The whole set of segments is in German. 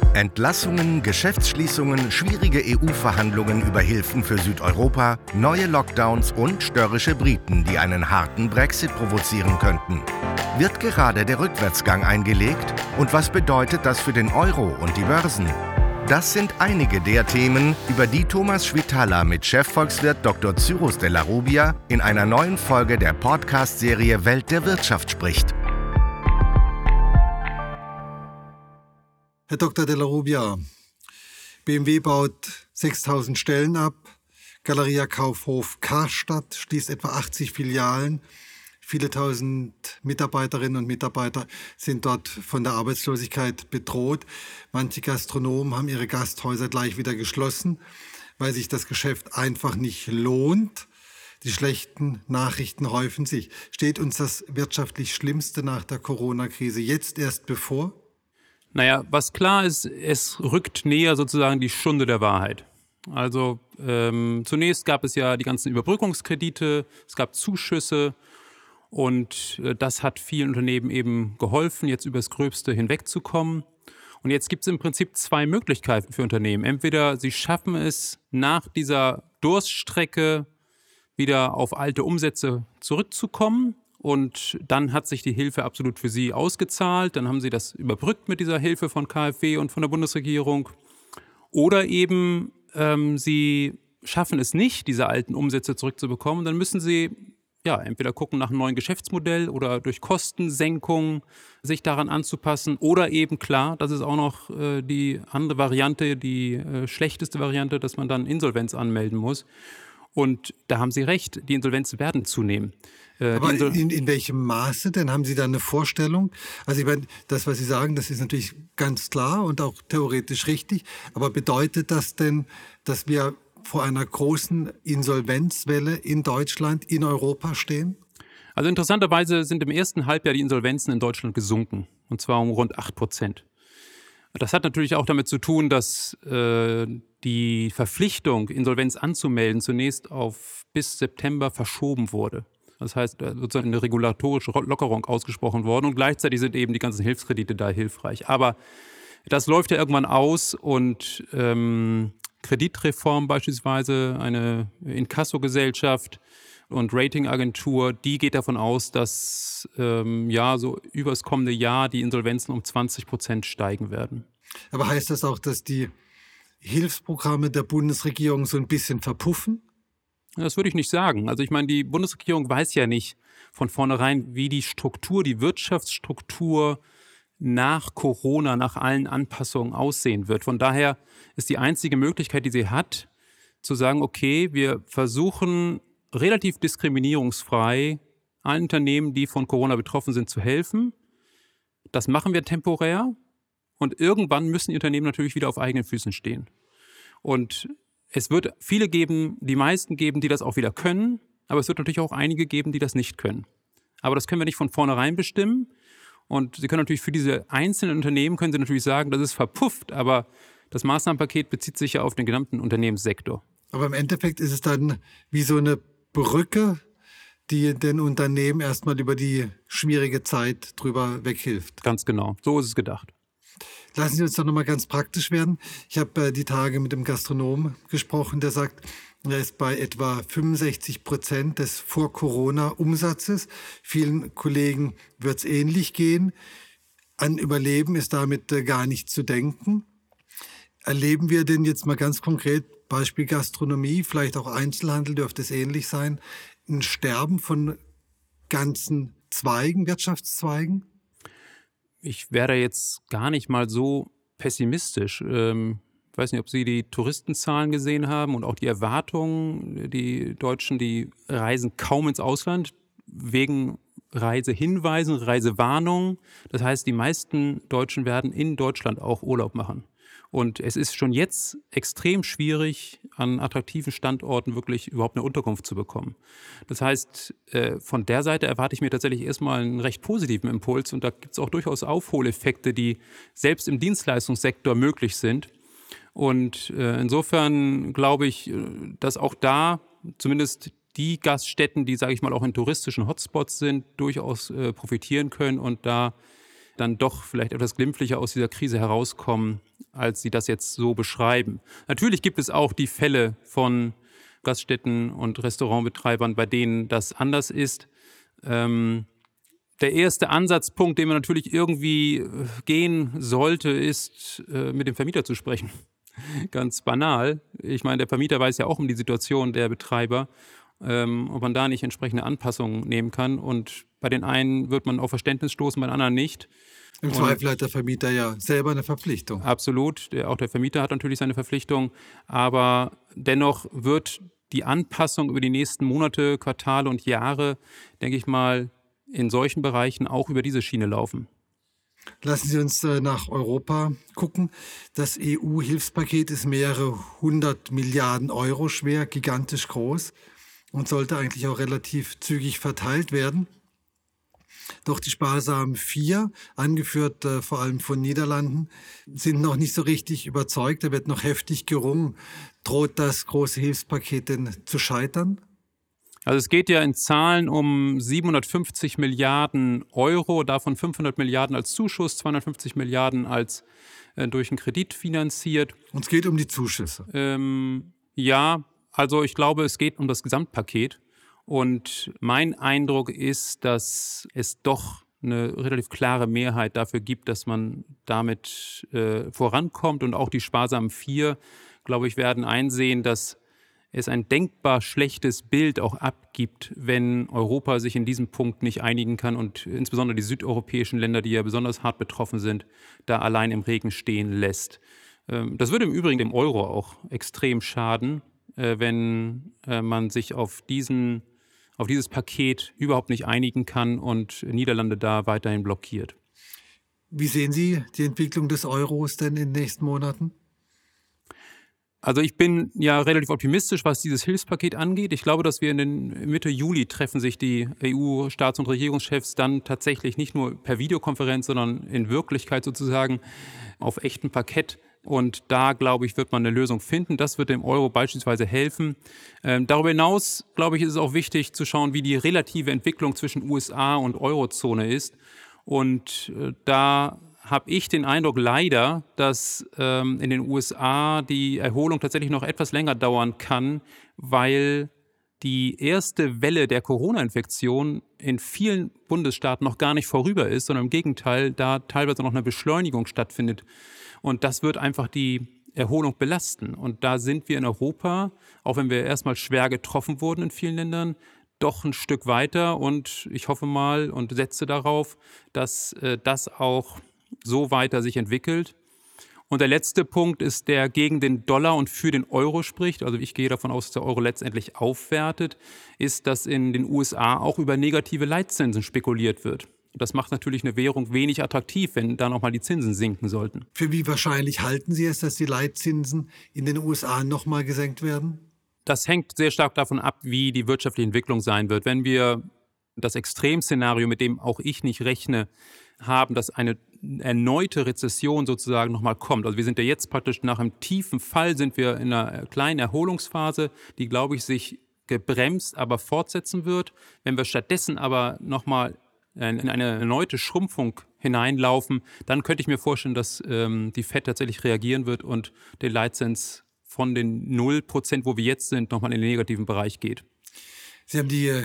Entlassungen, Geschäftsschließungen, schwierige EU-Verhandlungen über Hilfen für Südeuropa, neue Lockdowns und störrische Briten, die einen harten Brexit provozieren könnten. Wird gerade der Rückwärtsgang eingelegt? Und was bedeutet das für den Euro und die Börsen? Das sind einige der Themen, über die Thomas Schwitala mit Chefvolkswirt Dr. Cyrus de la Rubia in einer neuen Folge der Podcast-Serie Welt der Wirtschaft spricht. Herr Dr. de la Rubia, BMW baut 6.000 Stellen ab, Galeria Kaufhof Karstadt schließt etwa 80 Filialen. Viele tausend Mitarbeiterinnen und Mitarbeiter sind dort von der Arbeitslosigkeit bedroht. Manche Gastronomen haben ihre Gasthäuser gleich wieder geschlossen, weil sich das Geschäft einfach nicht lohnt. Die schlechten Nachrichten häufen sich. Steht uns das wirtschaftlich Schlimmste nach der Corona-Krise jetzt erst bevor? Naja, was klar ist, es rückt näher sozusagen die Stunde der Wahrheit. Also zunächst gab es ja die ganzen Überbrückungskredite, es gab Zuschüsse und das hat vielen Unternehmen eben geholfen, jetzt über das Gröbste hinwegzukommen. Und jetzt gibt es im Prinzip zwei Möglichkeiten für Unternehmen. Entweder sie schaffen es, nach dieser Durststrecke wieder auf alte Umsätze zurückzukommen. Und dann hat sich die Hilfe absolut für sie ausgezahlt. Dann haben sie das überbrückt mit dieser Hilfe von KfW und von der Bundesregierung. Oder eben sie schaffen es nicht, diese alten Umsätze zurückzubekommen. Dann müssen sie entweder gucken nach einem neuen Geschäftsmodell oder durch Kostensenkung sich daran anzupassen. Oder eben klar, das ist auch noch die andere Variante, die schlechteste Variante, dass man dann Insolvenz anmelden muss. Und da haben Sie recht, die Insolvenzen werden zunehmen. Aber in welchem Maße denn? Haben Sie da eine Vorstellung? Also ich meine, das, was Sie sagen, das ist natürlich ganz klar und auch theoretisch richtig. Aber bedeutet das denn, dass wir vor einer großen Insolvenzwelle in Deutschland, in Europa stehen? Also interessanterweise sind im ersten Halbjahr die Insolvenzen in Deutschland gesunken. Und zwar um rund 8%. Das hat natürlich auch damit zu tun, dass die Verpflichtung, Insolvenz anzumelden, zunächst auf bis September verschoben wurde. Das heißt, sozusagen eine regulatorische Lockerung ausgesprochen worden und gleichzeitig sind eben die ganzen Hilfskredite da hilfreich. Aber das läuft ja irgendwann aus und Kreditreform beispielsweise, eine Inkassogesellschaft und Ratingagentur, die geht davon aus, dass so übers kommende Jahr die Insolvenzen um 20% steigen werden. Aber heißt das auch, dass die Hilfsprogramme der Bundesregierung so ein bisschen verpuffen? Das würde ich nicht sagen. Also ich meine, die Bundesregierung weiß ja nicht von vornherein, wie die Wirtschaftsstruktur nach Corona, nach allen Anpassungen aussehen wird. Von daher ist die einzige Möglichkeit, die sie hat, zu sagen, okay, wir versuchen relativ diskriminierungsfrei allen Unternehmen, die von Corona betroffen sind, zu helfen. Das machen wir temporär und irgendwann müssen die Unternehmen natürlich wieder auf eigenen Füßen stehen. Und es wird viele geben, die meisten geben, die das auch wieder können, aber es wird natürlich auch einige geben, die das nicht können. Aber das können wir nicht von vornherein bestimmen. Und Sie können natürlich für diese einzelnen Unternehmen, können Sie natürlich sagen, das ist verpufft, aber das Maßnahmenpaket bezieht sich ja auf den gesamten Unternehmenssektor. Aber im Endeffekt ist es dann wie so eine Brücke, die den Unternehmen erstmal über die schwierige Zeit drüber weghilft. Ganz genau, so ist es gedacht. Lassen Sie uns doch nochmal ganz praktisch werden. Ich habe die Tage mit einem Gastronomen gesprochen, der sagt, er ist bei etwa 65% des Vor-Corona-Umsatzes. Vielen Kollegen wird es ähnlich gehen. An Überleben ist damit gar nicht zu denken. Erleben wir denn jetzt mal ganz konkret, Beispiel Gastronomie, vielleicht auch Einzelhandel, dürfte es ähnlich sein, ein Sterben von ganzen Zweigen, Wirtschaftszweigen? Ich wäre jetzt gar nicht mal so pessimistisch. Ich weiß nicht, ob Sie die Touristenzahlen gesehen haben und auch die Erwartungen. Die Deutschen, die reisen kaum ins Ausland wegen Reisehinweisen, Reisewarnungen. Das heißt, die meisten Deutschen werden in Deutschland auch Urlaub machen. Und es ist schon jetzt extrem schwierig, an attraktiven Standorten wirklich überhaupt eine Unterkunft zu bekommen. Das heißt, von der Seite erwarte ich mir tatsächlich erstmal einen recht positiven Impuls. Und da gibt es auch durchaus Aufholeffekte, die selbst im Dienstleistungssektor möglich sind. Und insofern glaube ich, dass auch da zumindest die Gaststätten, die, sage ich mal, auch in touristischen Hotspots sind, durchaus profitieren können und da dann doch vielleicht etwas glimpflicher aus dieser Krise herauskommen als Sie das jetzt so beschreiben. Natürlich gibt es auch die Fälle von Gaststätten und Restaurantbetreibern, bei denen das anders ist. Der erste Ansatzpunkt, den man natürlich irgendwie gehen sollte, ist, mit dem Vermieter zu sprechen. Ganz banal. Ich meine, der Vermieter weiß ja auch um die Situation der Betreiber, ob man da nicht entsprechende Anpassungen nehmen kann. Und bei den einen wird man auf Verständnis stoßen, bei den anderen nicht. Im Zweifel hat der Vermieter ja selber eine Verpflichtung. Absolut. Auch der Vermieter hat natürlich seine Verpflichtung. Aber dennoch wird die Anpassung über die nächsten Monate, Quartale und Jahre, denke ich mal, in solchen Bereichen auch über diese Schiene laufen. Lassen Sie uns nach Europa gucken. Das EU-Hilfspaket ist mehrere 100 Milliarden Euro schwer, gigantisch groß und sollte eigentlich auch relativ zügig verteilt werden. Doch die sparsamen 4, angeführt vor allem von Niederlanden, sind noch nicht so richtig überzeugt. Da wird noch heftig gerungen. Droht das große Hilfspaket denn zu scheitern? Also es geht ja in Zahlen um 750 Milliarden Euro, davon 500 Milliarden als Zuschuss, 250 Milliarden als durch einen Kredit finanziert. Und es geht um die Zuschüsse. Ja, also ich glaube, es geht um das Gesamtpaket. Und mein Eindruck ist, dass es doch eine relativ klare Mehrheit dafür gibt, dass man damit vorankommt. Und auch die sparsamen 4, glaube ich, werden einsehen, dass es ein denkbar schlechtes Bild auch abgibt, wenn Europa sich in diesem Punkt nicht einigen kann und insbesondere die südeuropäischen Länder, die ja besonders hart betroffen sind, da allein im Regen stehen lässt. Das würde im Übrigen dem Euro auch extrem schaden, wenn man sich auf dieses Paket überhaupt nicht einigen kann und Niederlande da weiterhin blockiert. Wie sehen Sie die Entwicklung des Euros denn in den nächsten Monaten? Also ich bin ja relativ optimistisch, was dieses Hilfspaket angeht. Ich glaube, dass wir in den Mitte Juli treffen sich die EU-Staats- und Regierungschefs dann tatsächlich nicht nur per Videokonferenz, sondern in Wirklichkeit sozusagen auf echtem Parkett. Und da, glaube ich, wird man eine Lösung finden. Das wird dem Euro beispielsweise helfen. Darüber hinaus, glaube ich, ist es auch wichtig zu schauen, wie die relative Entwicklung zwischen USA und Eurozone ist. Und da habe ich den Eindruck leider, dass in den USA die Erholung tatsächlich noch etwas länger dauern kann, weil die erste Welle der Corona-Infektion in vielen Bundesstaaten noch gar nicht vorüber ist, sondern im Gegenteil, da teilweise noch eine Beschleunigung stattfindet. Und das wird einfach die Erholung belasten. Und da sind wir in Europa, auch wenn wir erstmal schwer getroffen wurden in vielen Ländern, doch ein Stück weiter. Und ich hoffe mal und setze darauf, dass das auch so weiter sich entwickelt. Und der letzte Punkt ist, der gegen den Dollar und für den Euro spricht. Also ich gehe davon aus, dass der Euro letztendlich aufwertet, ist, dass in den USA auch über negative Leitzinsen spekuliert wird. Das macht natürlich eine Währung wenig attraktiv, wenn da nochmal die Zinsen sinken sollten. Für wie wahrscheinlich halten Sie es, dass die Leitzinsen in den USA nochmal gesenkt werden? Das hängt sehr stark davon ab, wie die wirtschaftliche Entwicklung sein wird. Wenn wir das Extremszenario, mit dem auch ich nicht rechne, haben, dass eine erneute Rezession sozusagen nochmal kommt. Also wir sind ja jetzt praktisch nach einem tiefen Fall, sind wir in einer kleinen Erholungsphase, die, glaube ich, sich gebremst, aber fortsetzen wird. Wenn wir stattdessen aber nochmal in eine erneute Schrumpfung hineinlaufen, dann könnte ich mir vorstellen, dass die FED tatsächlich reagieren wird und den Leitzins von den 0%, wo wir jetzt sind, nochmal in den negativen Bereich geht. Sie haben die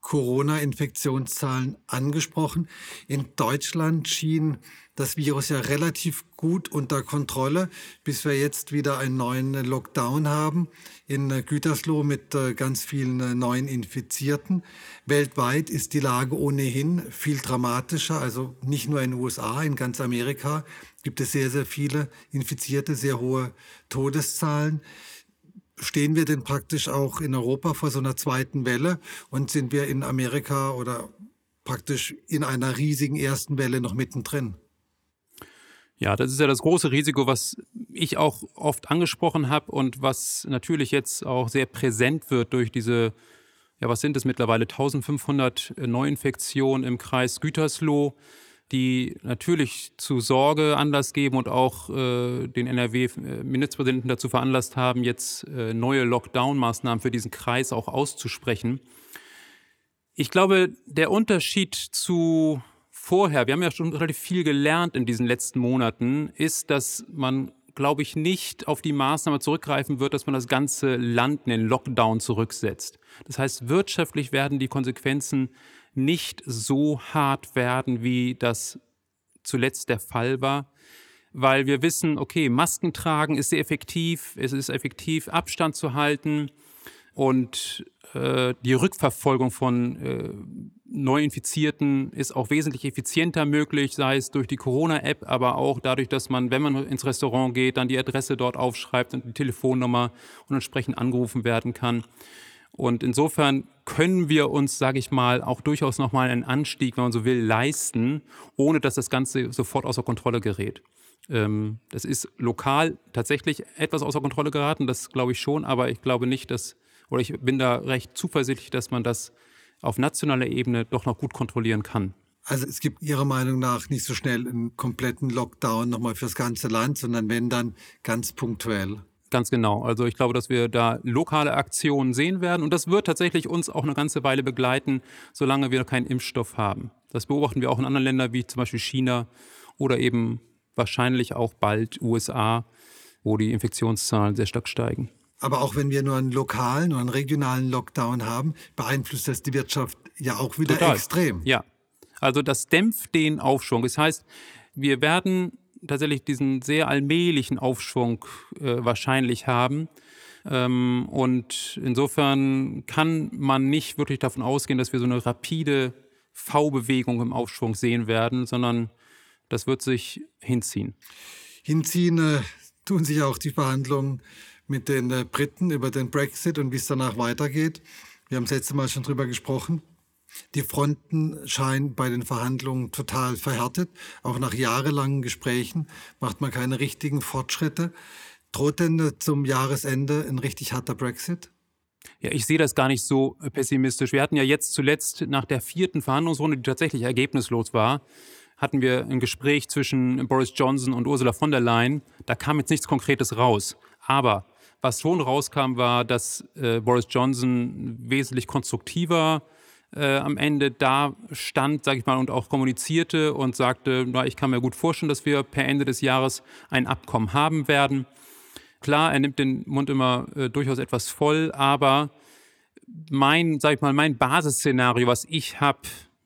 Corona-Infektionszahlen angesprochen. In Deutschland schien das Virus ja relativ gut unter Kontrolle, bis wir jetzt wieder einen neuen Lockdown haben in Gütersloh mit ganz vielen neuen Infizierten. Weltweit ist die Lage ohnehin viel dramatischer, also nicht nur in den USA, in ganz Amerika gibt es sehr, sehr viele Infizierte, sehr hohe Todeszahlen. Stehen wir denn praktisch auch in Europa vor so einer zweiten Welle und sind wir in Amerika oder praktisch in einer riesigen ersten Welle noch mittendrin? Ja, das ist ja das große Risiko, was ich auch oft angesprochen habe und was natürlich jetzt auch sehr präsent wird durch diese, ja, was sind es mittlerweile, 1500 Neuinfektionen im Kreis Gütersloh, die natürlich zu Sorge Anlass geben und auch den NRW-Ministerpräsidenten dazu veranlasst haben, jetzt neue Lockdown-Maßnahmen für diesen Kreis auch auszusprechen. Ich glaube, der Unterschied zu vorher, wir haben ja schon relativ viel gelernt in diesen letzten Monaten, ist, dass man glaube ich, nicht auf die Maßnahme zurückgreifen wird, dass man das ganze Land in den Lockdown zurücksetzt. Das heißt, wirtschaftlich werden die Konsequenzen nicht so hart werden, wie das zuletzt der Fall war, weil wir wissen, okay, Masken tragen ist sehr effektiv, es ist effektiv, Abstand zu halten und die Rückverfolgung von Neuinfizierten ist auch wesentlich effizienter möglich, sei es durch die Corona-App, aber auch dadurch, dass man, wenn man ins Restaurant geht, dann die Adresse dort aufschreibt und die Telefonnummer und entsprechend angerufen werden kann. Und insofern können wir uns, sage ich mal, auch durchaus nochmal einen Anstieg, wenn man so will, leisten, ohne dass das Ganze sofort außer Kontrolle gerät. Das ist lokal tatsächlich etwas außer Kontrolle geraten, das glaube ich schon, aber ich glaube nicht, oder ich bin da recht zuversichtlich, dass man das auf nationaler Ebene doch noch gut kontrollieren kann. Also es gibt Ihrer Meinung nach nicht so schnell einen kompletten Lockdown nochmal fürs ganze Land, sondern wenn dann ganz punktuell. Ganz genau. Also ich glaube, dass wir da lokale Aktionen sehen werden und das wird tatsächlich uns auch eine ganze Weile begleiten, solange wir noch keinen Impfstoff haben. Das beobachten wir auch in anderen Ländern wie zum Beispiel China oder eben wahrscheinlich auch bald USA, wo die Infektionszahlen sehr stark steigen. Aber auch wenn wir nur einen lokalen oder einen regionalen Lockdown haben, beeinflusst das die Wirtschaft ja auch wieder Total. extrem. Ja, also das dämpft den Aufschwung. Das heißt, wir werden tatsächlich diesen sehr allmählichen Aufschwung wahrscheinlich haben. Und insofern kann man nicht wirklich davon ausgehen, dass wir so eine rapide V-Bewegung im Aufschwung sehen werden, sondern das wird sich hinziehen. Hinziehen tun sich auch die Verhandlungen mit den Briten über den Brexit und wie es danach weitergeht. Wir haben das letzte Mal schon drüber gesprochen. Die Fronten scheinen bei den Verhandlungen total verhärtet. Auch nach jahrelangen Gesprächen macht man keine richtigen Fortschritte. Droht denn zum Jahresende ein richtig harter Brexit? Ja, ich sehe das gar nicht so pessimistisch. Wir hatten ja jetzt zuletzt nach der 4. Verhandlungsrunde, die tatsächlich ergebnislos war, hatten wir ein Gespräch zwischen Boris Johnson und Ursula von der Leyen. Da kam jetzt nichts Konkretes raus. Aber was schon rauskam, war, dass Boris Johnson wesentlich konstruktiver am Ende da stand, sage ich mal, und auch kommunizierte und sagte, na, ich kann mir gut vorstellen, dass wir per Ende des Jahres ein Abkommen haben werden. Klar, er nimmt den Mund immer durchaus etwas voll, aber mein Basisszenario, was ich habe,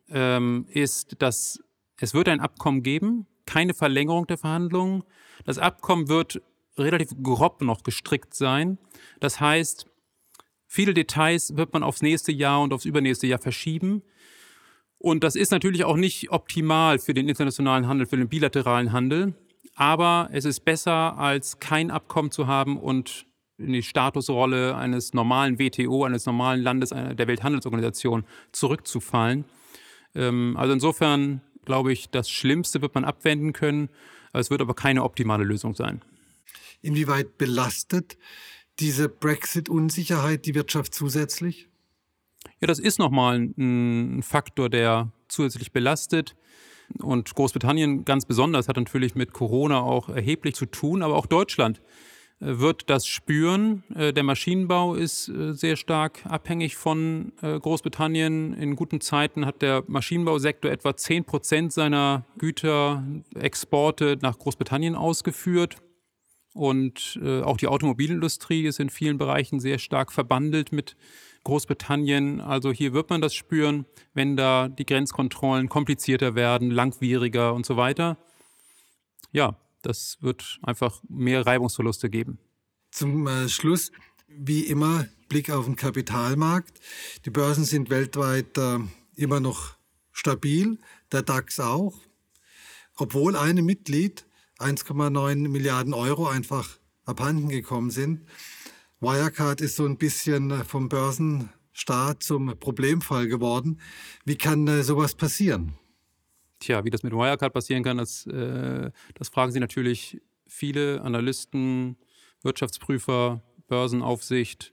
ist, dass es wird ein Abkommen geben, keine Verlängerung der Verhandlungen. Das Abkommen wird relativ grob noch gestrickt sein. Das heißt, viele Details wird man aufs nächste Jahr und aufs übernächste Jahr verschieben. Und das ist natürlich auch nicht optimal für den internationalen Handel, für den bilateralen Handel. Aber es ist besser, als kein Abkommen zu haben und in die Statusrolle eines normalen WTO, eines normalen Landes der Welthandelsorganisation zurückzufallen. Also insofern glaube ich, das Schlimmste wird man abwenden können. Es wird aber keine optimale Lösung sein. Inwieweit belastet diese Brexit-Unsicherheit die Wirtschaft zusätzlich? Ja, das ist nochmal ein Faktor, der zusätzlich belastet. Und Großbritannien ganz besonders hat natürlich mit Corona auch erheblich zu tun, aber auch Deutschland wird das spüren. Der Maschinenbau ist sehr stark abhängig von Großbritannien. In guten Zeiten hat der Maschinenbausektor etwa 10% seiner Güterexporte nach Großbritannien ausgeführt. Und auch die Automobilindustrie ist in vielen Bereichen sehr stark verbandelt mit Großbritannien. Also hier wird man das spüren, wenn da die Grenzkontrollen komplizierter werden, langwieriger und so weiter. Ja, das wird einfach mehr Reibungsverluste geben. Zum Schluss, wie immer, Blick auf den Kapitalmarkt. Die Börsen sind weltweit immer noch stabil, der DAX auch, obwohl einem Mitglied 1,9 Milliarden Euro einfach abhanden gekommen sind. Wirecard ist so ein bisschen vom Börsenstart zum Problemfall geworden. Wie kann sowas passieren? Tja, wie das mit Wirecard passieren kann, das fragen sich natürlich viele Analysten, Wirtschaftsprüfer, Börsenaufsicht,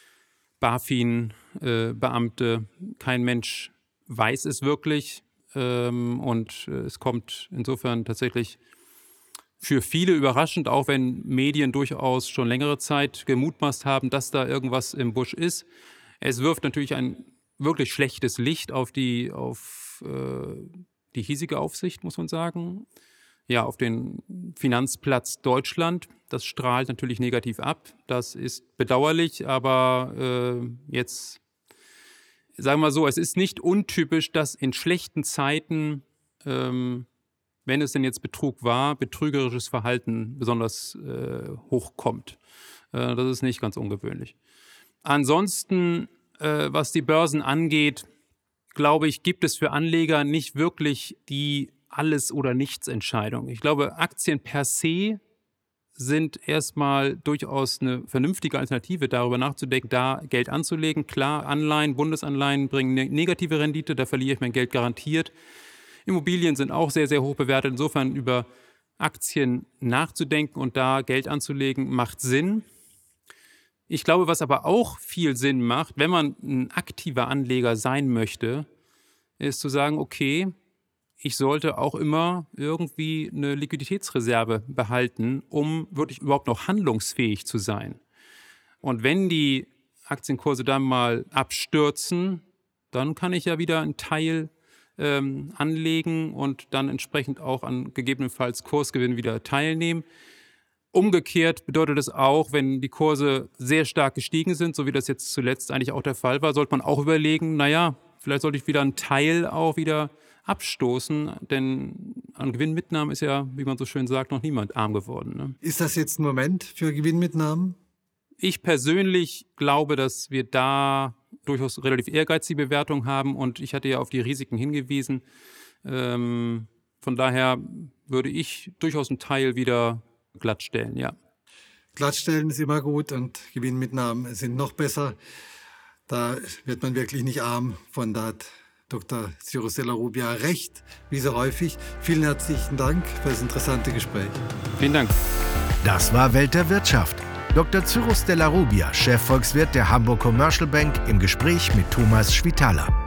BaFin, Beamte. Kein Mensch weiß es wirklich und es kommt insofern tatsächlich für viele überraschend, auch wenn Medien durchaus schon längere Zeit gemutmaßt haben, dass da irgendwas im Busch ist. Es wirft natürlich ein wirklich schlechtes Licht auf die hiesige Aufsicht, muss man sagen. auf den Finanzplatz Deutschland. Das strahlt natürlich negativ ab. Das ist bedauerlich, aber jetzt sagen wir mal so, es ist nicht untypisch, dass in schlechten Zeiten, wenn es denn jetzt Betrug war, betrügerisches Verhalten besonders hochkommt. Das ist nicht ganz ungewöhnlich. Ansonsten, was die Börsen angeht, glaube ich, gibt es für Anleger nicht wirklich die Alles- oder Nichts-Entscheidung. Ich glaube, Aktien per se sind erstmal durchaus eine vernünftige Alternative, darüber nachzudenken, da Geld anzulegen. Klar, Anleihen, Bundesanleihen bringen eine negative Rendite, da verliere ich mein Geld garantiert. Immobilien sind auch sehr, sehr hoch bewertet. Insofern über Aktien nachzudenken und da Geld anzulegen, macht Sinn. Ich glaube, was aber auch viel Sinn macht, wenn man ein aktiver Anleger sein möchte, ist zu sagen, okay, ich sollte auch immer irgendwie eine Liquiditätsreserve behalten, um wirklich überhaupt noch handlungsfähig zu sein. Und wenn die Aktienkurse dann mal abstürzen, dann kann ich ja wieder einen Teil anlegen und dann entsprechend auch an gegebenenfalls Kursgewinn wieder teilnehmen. Umgekehrt bedeutet es auch, wenn die Kurse sehr stark gestiegen sind, so wie das jetzt zuletzt eigentlich auch der Fall war, sollte man auch überlegen, vielleicht sollte ich wieder einen Teil auch wieder abstoßen, denn an Gewinnmitnahmen ist ja, wie man so schön sagt, noch niemand arm geworden. Ne? Ist das jetzt ein Moment für Gewinnmitnahmen? Ich persönlich glaube, dass wir da durchaus relativ ehrgeizige Bewertungen haben und ich hatte ja auf die Risiken hingewiesen. Von daher würde ich durchaus einen Teil wieder glattstellen, ja. Glattstellen ist immer gut und Gewinnmitnahmen sind noch besser. Da wird man wirklich nicht arm. Von da hat Dr. Cyrus de la Rubia recht, wie so häufig. Vielen herzlichen Dank für das interessante Gespräch. Vielen Dank. Das war Welt der Wirtschaft. Dr. Cyrus de la Rubia, Chefvolkswirt der Hamburg Commercial Bank, im Gespräch mit Thomas Schwitaler.